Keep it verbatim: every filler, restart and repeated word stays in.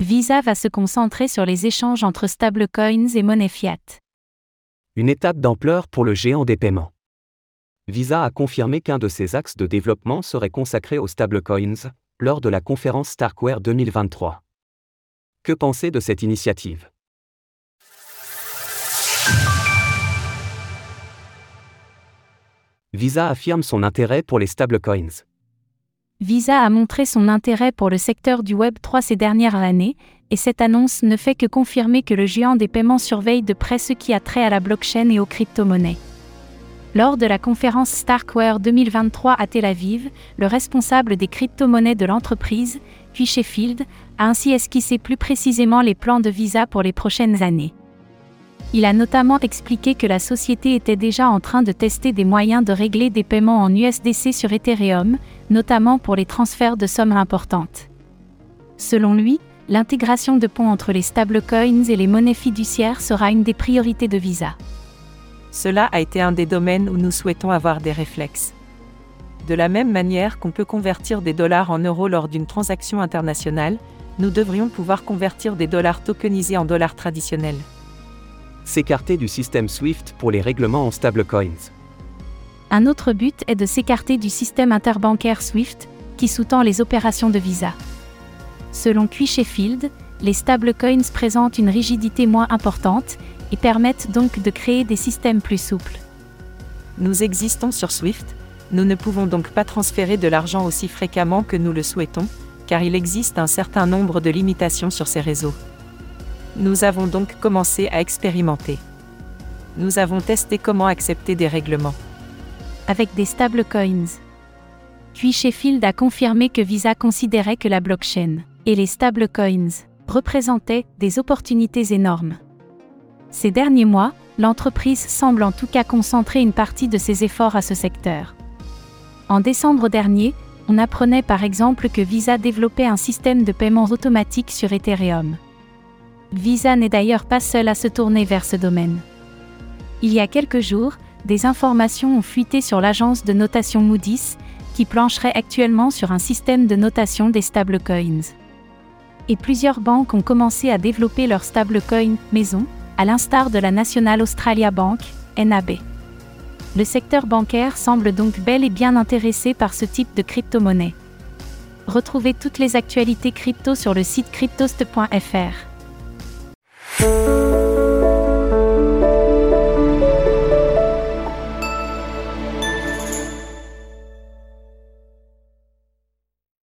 Visa va se concentrer sur les échanges entre stablecoins et monnaie fiat. Une étape d'ampleur pour le géant des paiements. Visa a confirmé qu'un de ses axes de développement serait consacré aux stablecoins, lors de la conférence Starkware deux mille vingt-trois. Que penser de cette initiative ? Visa affirme son intérêt pour les stablecoins. Visa a montré son intérêt pour le secteur du Web trois ces dernières années, et cette annonce ne fait que confirmer que le géant des paiements surveille de près ce qui a trait à la blockchain et aux crypto-monnaies. Lors de la conférence Starkware deux mille vingt-trois à Tel Aviv, le responsable des crypto-monnaies de l'entreprise, Guy Sheffield, a ainsi esquissé plus précisément les plans de Visa pour les prochaines années. Il a notamment expliqué que la société était déjà en train de tester des moyens de régler des paiements en U S D C sur Ethereum, notamment pour les transferts de sommes importantes. Selon lui, l'intégration de ponts entre les stablecoins et les monnaies fiduciaires sera une des priorités de Visa. Cela a été un des domaines où nous souhaitons avoir des réflexes. De la même manière qu'on peut convertir des dollars en euros lors d'une transaction internationale, nous devrions pouvoir convertir des dollars tokenisés en dollars traditionnels. S'écarter du système SWIFT pour les règlements en stablecoins. Un autre but est de s'écarter du système interbancaire SWIFT, qui sous-tend les opérations de Visa. Selon Guy Sheffield, les stablecoins présentent une rigidité moins importante et permettent donc de créer des systèmes plus souples. Nous existons sur SWIFT, nous ne pouvons donc pas transférer de l'argent aussi fréquemment que nous le souhaitons, car il existe un certain nombre de limitations sur ces réseaux. Nous avons donc commencé à expérimenter. Nous avons testé comment accepter des règlements avec des stablecoins. Guy Sheffield a confirmé que Visa considérait que la blockchain et les stablecoins représentaient des opportunités énormes. Ces derniers mois, l'entreprise semble en tout cas concentrer une partie de ses efforts à ce secteur. En décembre dernier, on apprenait par exemple que Visa développait un système de paiement automatique sur Ethereum. Visa n'est d'ailleurs pas seul à se tourner vers ce domaine. Il y a quelques jours, des informations ont fuité sur l'agence de notation Moody's, qui plancherait actuellement sur un système de notation des stablecoins. Et plusieurs banques ont commencé à développer leurs stablecoins maison, à l'instar de la National Australia Bank, N A B. Le secteur bancaire semble donc bel et bien intéressé par ce type de crypto-monnaie. Retrouvez toutes les actualités crypto sur le site cryptost point f r.